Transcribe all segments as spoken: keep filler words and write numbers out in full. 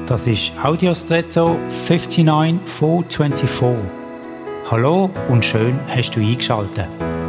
Das ist Audiostretto neunundfünfzig vierhundertvierundzwanzig. Hallo und schön hast du eingeschaltet.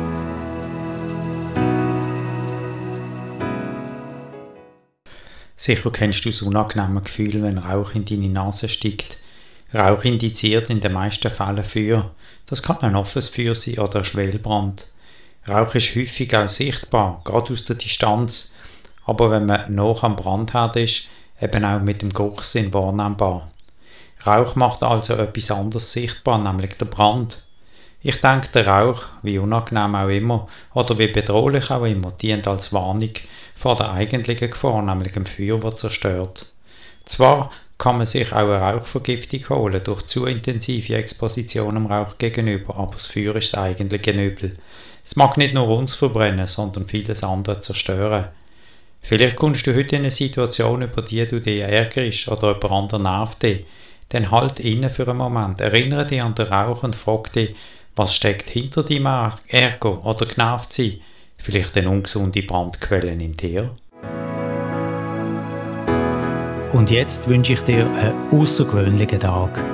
Sicher kennst du das unangenehme Gefühl, wenn Rauch in deine Nase steigt. Rauch indiziert in den meisten Fällen Feuer. Das kann ein offenes Feuer sein oder ein Schwelbrand. Rauch ist häufig auch sichtbar, gerade aus der Distanz. Aber wenn man nah am Brandherd ist, eben auch mit dem Geruchssinn wahrnehmbar. Rauch macht also etwas anderes sichtbar, nämlich der Brand. Ich denke, der Rauch, wie unangenehm auch immer oder wie bedrohlich auch immer, dient als Warnung vor der eigentlichen Gefahr, nämlich dem Feuer, das zerstört. Zwar kann man sich auch eine Rauchvergiftung holen durch zu intensive Exposition am Rauch gegenüber, aber das Feuer ist das eigentliche Übel. Es mag nicht nur uns verbrennen, sondern vieles andere zerstören. Vielleicht kommst du heute in eine Situation, über die du dich ärgerst oder jemand anderes nervt dich. Dann halt inne für einen Moment, erinnere dich an den Rauch und frag dich, was steckt hinter deinem Ärger oder genervt sein? Vielleicht eine ungesunde Brandquelle in dir? Und jetzt wünsche ich dir einen außergewöhnlichen Tag.